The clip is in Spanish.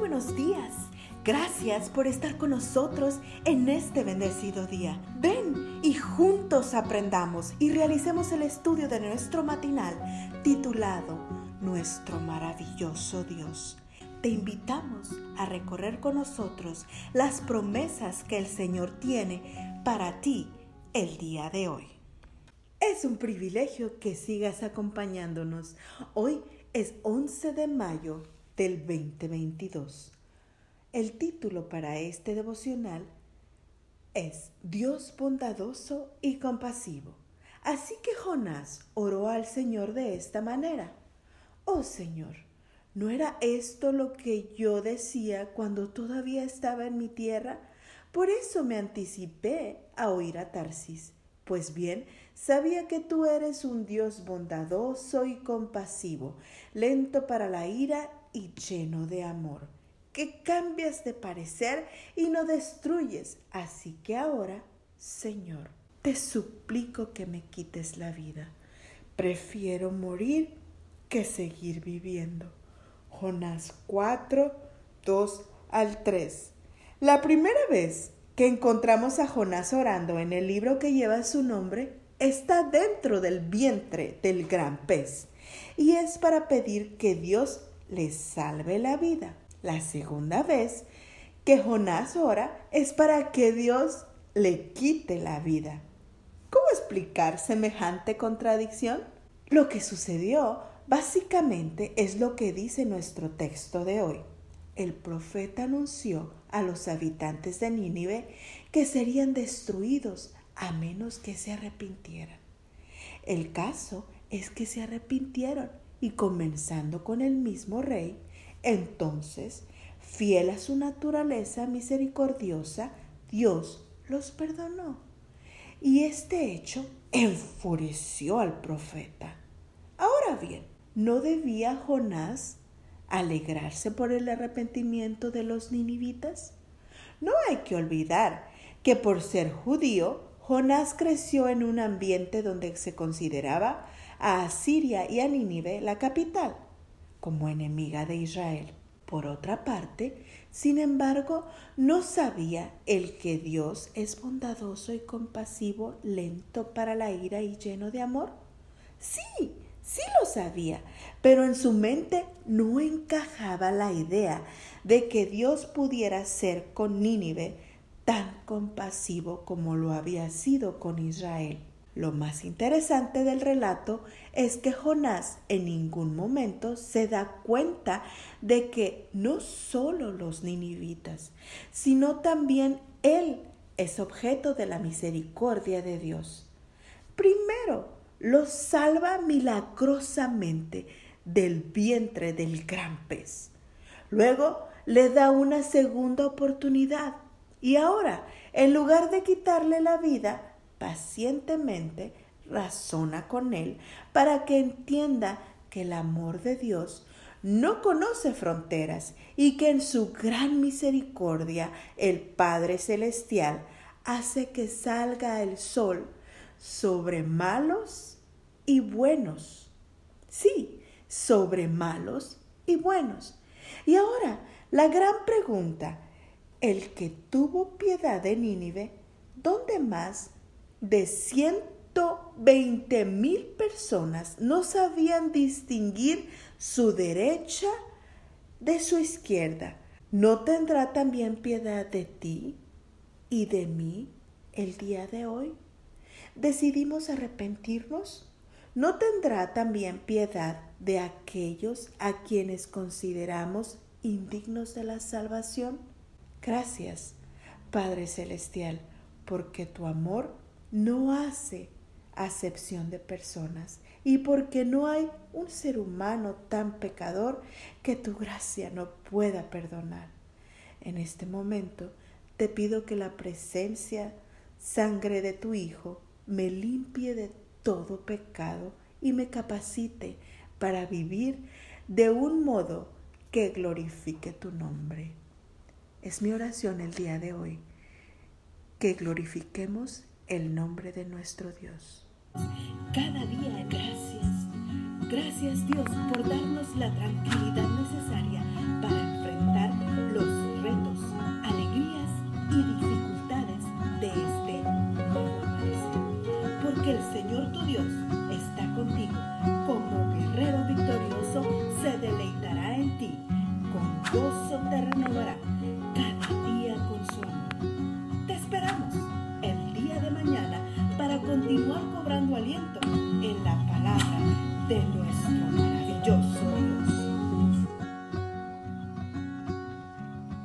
buenos días. Gracias por estar con nosotros en este bendecido día. Ven y juntos aprendamos y realicemos el estudio de nuestro matinal titulado Nuestro maravilloso Dios. Te invitamos a recorrer con nosotros las promesas que el Señor tiene para ti el día de hoy. Es un privilegio que sigas acompañándonos. Hoy es 11 de mayo del 2022. El título para este devocional es Dios bondadoso y compasivo. Así que Jonás oró al Señor de esta manera: Oh Señor, ¿no era esto lo que yo decía cuando todavía estaba en mi tierra? Por eso me anticipé a oír a Tarsis. Pues bien, sabía que tú eres un Dios bondadoso y compasivo, lento para la ira y lleno de amor, que cambias de parecer y no destruyes. Así que ahora, Señor, te suplico que me quites la vida. Prefiero morir que seguir viviendo. Jonás 4, 2 al 3. La primera vez que encontramos a Jonás orando en el libro que lleva su nombre está dentro del vientre del gran pez, y es para pedir que Dios le salve la vida. La segunda vez que Jonás ora es para que Dios le quite la vida. ¿Cómo explicar semejante contradicción? Lo que sucedió básicamente es lo que dice nuestro texto de hoy. El profeta anunció a los habitantes de Nínive que serían destruidos a menos que se arrepintieran. El caso es que se arrepintieron y, comenzando con el mismo rey, entonces, fiel a su naturaleza misericordiosa, Dios los perdonó. Y este hecho enfureció al profeta. Ahora bien, ¿no debía Jonás alegrarse por el arrepentimiento de los ninivitas? No hay que olvidar que por ser judío, Jonás creció en un ambiente donde se consideraba a Asiria y a Nínive la capital, como enemiga de Israel. Por otra parte, sin embargo, no sabía el que Dios es bondadoso y compasivo, lento para la ira y lleno de amor. Sí lo sabía, pero en su mente no encajaba la idea de que Dios pudiera ser con Nínive tan compasivo como lo había sido con Israel. Lo más interesante del relato es que Jonás en ningún momento se da cuenta de que no solo los ninivitas, sino también él es objeto de la misericordia de Dios. Primero, los salva milagrosamente del vientre del gran pez. Luego le da una segunda oportunidad y ahora, en lugar de quitarle la vida, pacientemente razona con él para que entienda que el amor de Dios no conoce fronteras y que en su gran misericordia el Padre Celestial hace que salga el sol sobre malos y buenos. Sí, sobre malos y buenos. Y ahora, la gran pregunta: el que tuvo piedad de Nínive, ¿dónde más de 120,000 personas no sabían distinguir su derecha de su izquierda? ¿No tendrá también piedad de ti y de mí el día de hoy? ¿Decidimos arrepentirnos? ¿No tendrá también piedad de aquellos a quienes consideramos indignos de la salvación? Gracias, Padre Celestial, porque tu amor no hace acepción de personas y porque no hay un ser humano tan pecador que tu gracia no pueda perdonar. En este momento te pido que la presencia, sangre de tu Hijo, me limpie de todo pecado y me capacite para vivir de un modo que glorifique tu nombre. Es mi oración el día de hoy, que glorifiquemos el nombre de nuestro Dios. Cada día gracias. Gracias Dios por darnos la tranquilidad necesaria para enfrentar que el Señor tu Dios está contigo. Como guerrero victorioso se deleitará en ti. Con gozo te renovará cada día con su amor. Te esperamos el día de mañana para continuar cobrando aliento en la palabra de nuestro maravilloso